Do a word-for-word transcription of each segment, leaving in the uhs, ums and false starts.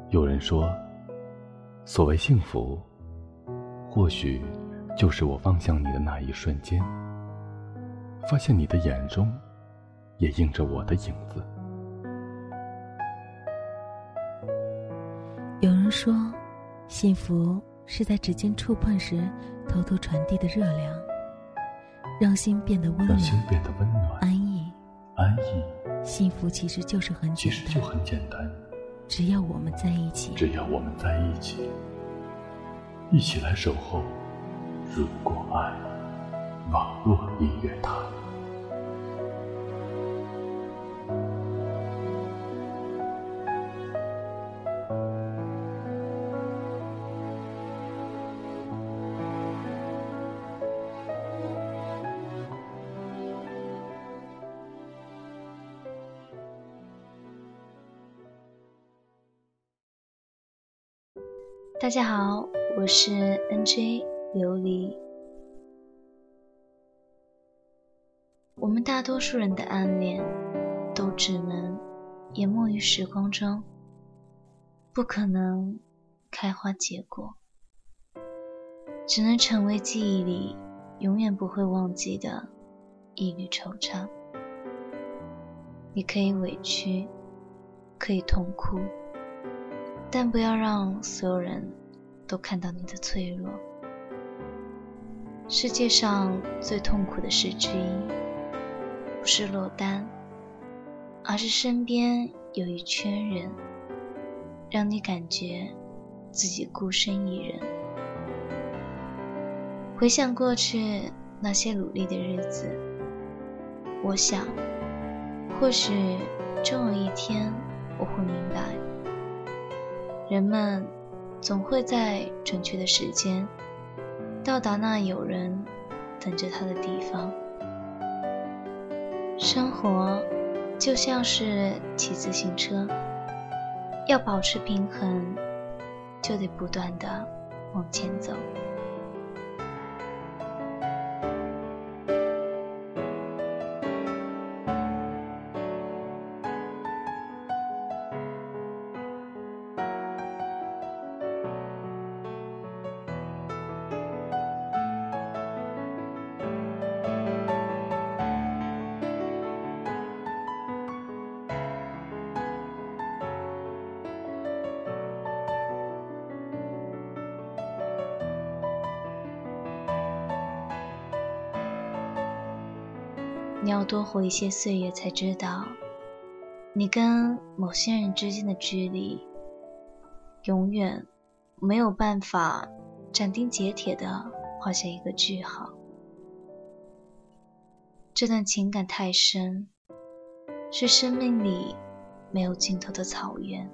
有人说，所谓幸福，或许就是我望向你的那一瞬间，发现你的眼中也映着我的影子。 有人说，幸福是在指尖触碰时偷偷传递的热量，让心变得温暖， 让心变得温暖、 安逸。 安逸， 幸福其实就是很简单， 其实就很简单， 只要我们在一起， 只要我们在一起，一起来守候。如果爱，网络音乐台。 大家好，我是 N J 琉璃。我们大多数人的暗恋都只能淹没于时光中，不可能开花结果，只能成为记忆里永远不会忘记的一缕惆怅。你可以委屈，可以痛哭，但不要让所有人都看到你的脆弱。世界上最痛苦的事之一，不是落单，而是身边有一圈人，让你感觉自己孤身一人。回想过去那些努力的日子，我想，或许终有一天我会明白，人们总会在准确的时间到达那有人等着他的地方。生活就像是骑自行车，要保持平衡，就得不断地往前走。你要多活一些岁月，才知道你跟某些人之间的距离永远没有办法斩钉截铁地画下一个句号。这段情感太深，是生命里没有尽头的草原。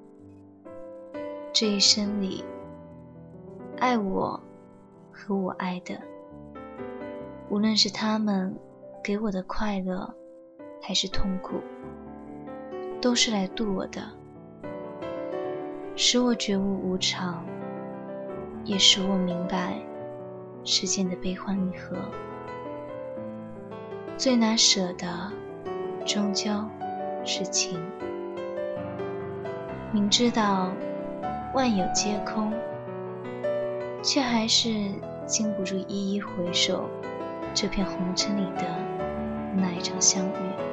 这一生里，爱我和我爱的，无论是他们给我的快乐还是痛苦，都是来渡我的，使我觉悟无常，也使我明白世间的悲欢离合。最难舍的终究是情。明知道万有皆空，却还是经不住一一回首这片红尘里的那一场相遇。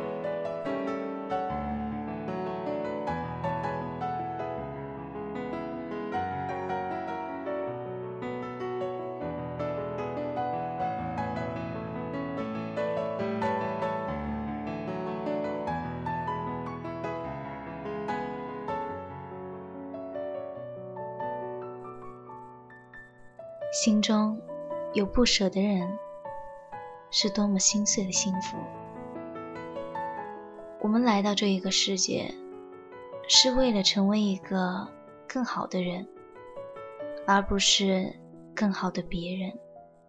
心中有不舍的人，是多么心碎的幸福。我们来到这一个世界，是为了成为一个更好的人，而不是更好的别人。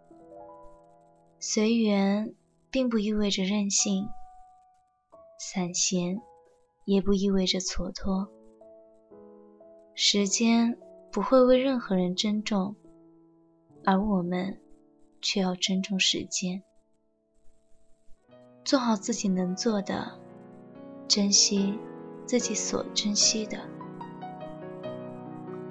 随缘并不意味着任性，散闲也不意味着蹉跎。时间不会为任何人珍重，而我们却要尊重时间。做好自己能做的，珍惜自己所珍惜的，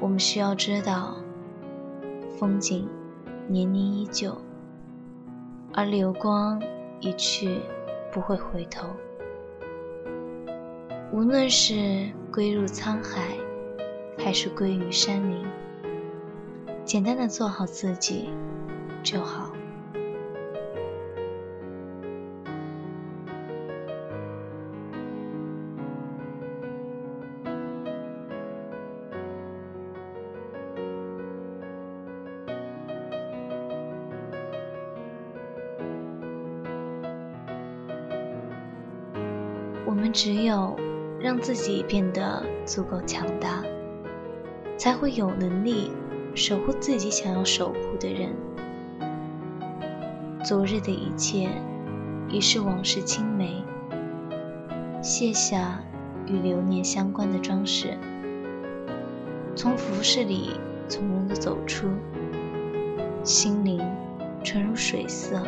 我们需要知道，风景年年依旧，而流光一去不会回头。无论是归入沧海，还是归于山林，简单的做好自己就好。我们只有让自己变得足够强大，才会有能力守护自己想要守护的人。昨日的一切已是往事青梅，卸下与流年相关的装饰，从浮世里从容地走出，心灵纯如水色。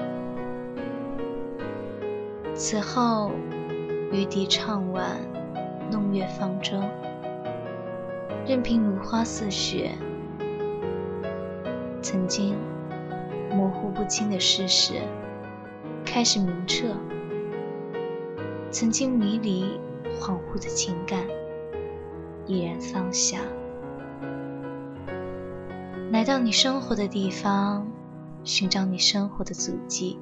此后渔笛唱晚，弄月放舟，任凭如花似雪。曾经模糊不清的事实开始明澈，曾经迷离恍惚的情感已然放下。来到你生活的地方，寻找你生活的足迹。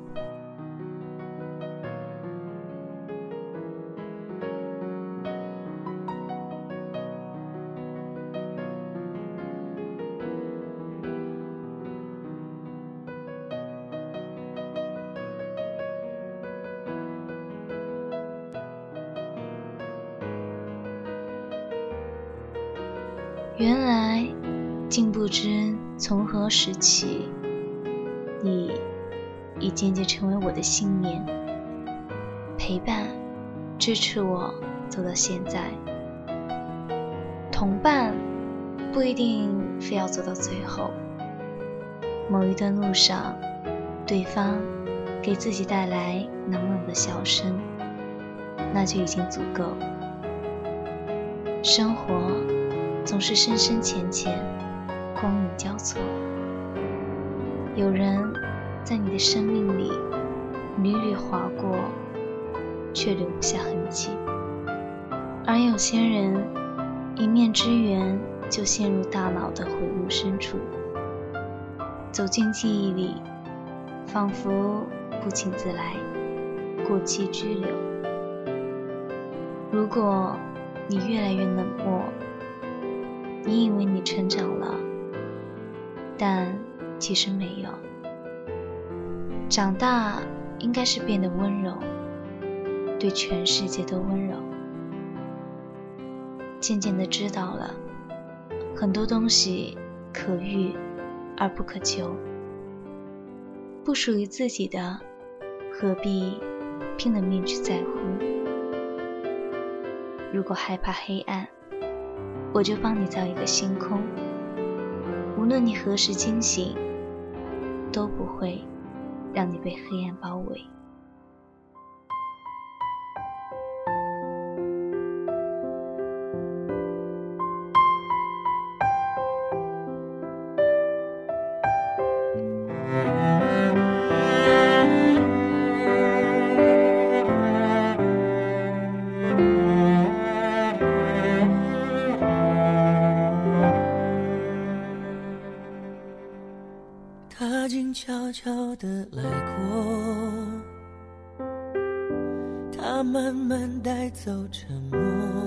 原来竟不知从何时起，你已渐渐成为我的信念，陪伴支持我走到现在。同伴不一定非要走到最后，某一段路上，对方给自己带来朗朗的笑声，那就已经足够。生活总是深深浅浅，光影交错，有人在你的生命里屡屡划过，却留不下痕迹，而有些人一面之缘就陷入大脑的回路深处，走进记忆里，仿佛不请自来，过期居留。如果你越来越冷漠，你以为你成长了，但其实没有。长大应该是变得温柔，对全世界都温柔。渐渐地知道了，很多东西可遇而不可求，不属于自己的，何必拼了命去在乎？如果害怕黑暗，我就帮你造一个星空，无论你何时惊醒，都不会让你被黑暗包围。 他静悄悄地来过，他慢慢带走沉默，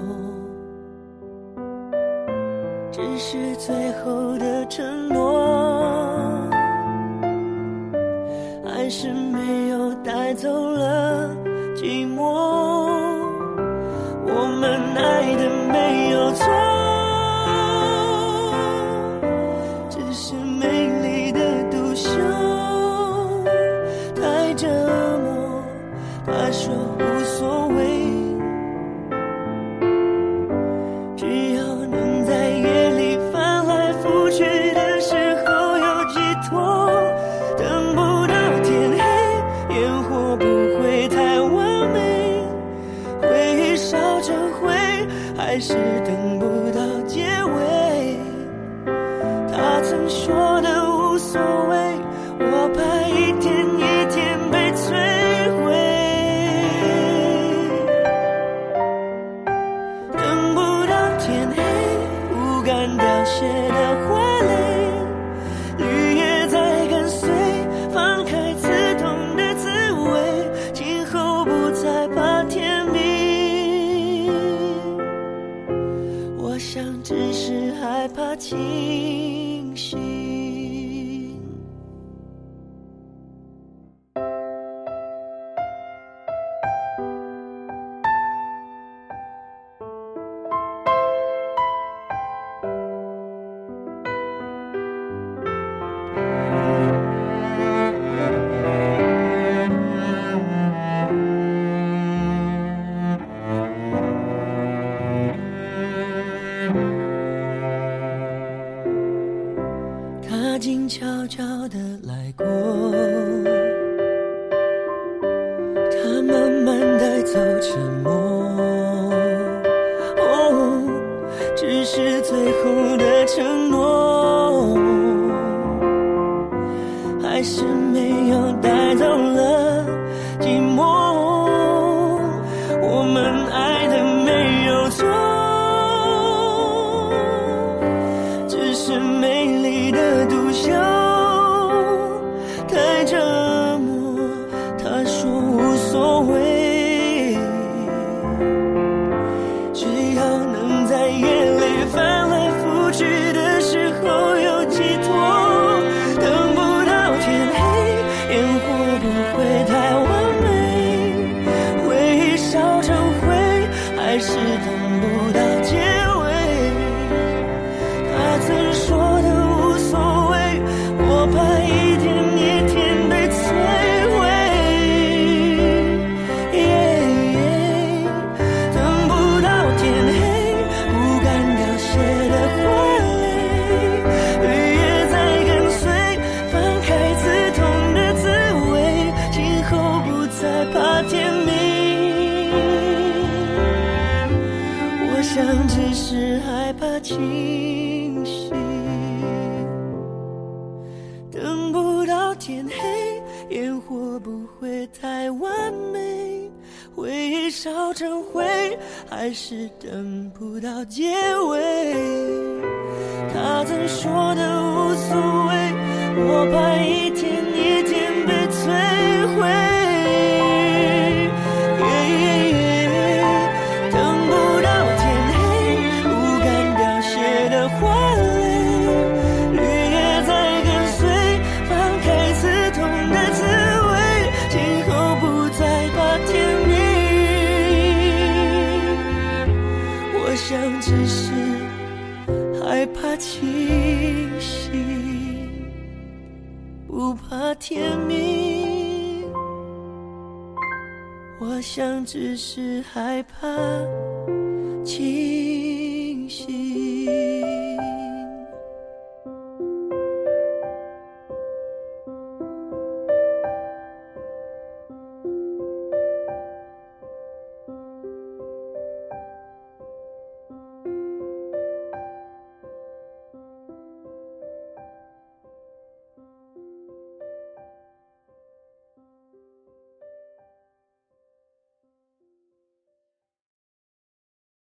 只是最后的承诺，还是没有带走了寂寞。我们爱的没有错，只是美丽的独秀太折磨。他说无所谓，只要能在夜里翻来覆去的时候有寄托。等不到天黑，烟火不会太完美，回忆烧成灰，还是等不到结尾。 所谓，我怕一天一天被摧毁。等不到天黑，不敢凋谢的花蕾，绿叶在跟随，放开刺痛的滋味，今后不再怕天明。我想只是害怕清醒。他静悄悄地来过，他慢慢带走沉默，哦，只是最后的承诺，还是没有带走了寂寞。我们爱的没有错，只是美丽的独秀太折磨。他说无所谓，只要能在夜里翻来覆去的时候有寄托。等不到天黑，烟火不会太完美，回忆烧成灰，还是等不到结尾。他曾说的无所谓，我怕一天一天被摧毁。等不到天黑，不敢凋谢的花蕾，绿叶在跟随，放开刺痛的滋味，今后不再怕天明。我想只是害怕清醒。等不到天黑，烟火不会太完美，回忆烧成灰，还是等不到结尾。他曾说的无所谓，我怕一天一天被摧毁。等不到天黑，不敢凋谢的花蕾，绿叶在跟随，放开刺痛的滋味，今后不再怕天明。我想只是害怕清醒，不怕天明。我想只是害怕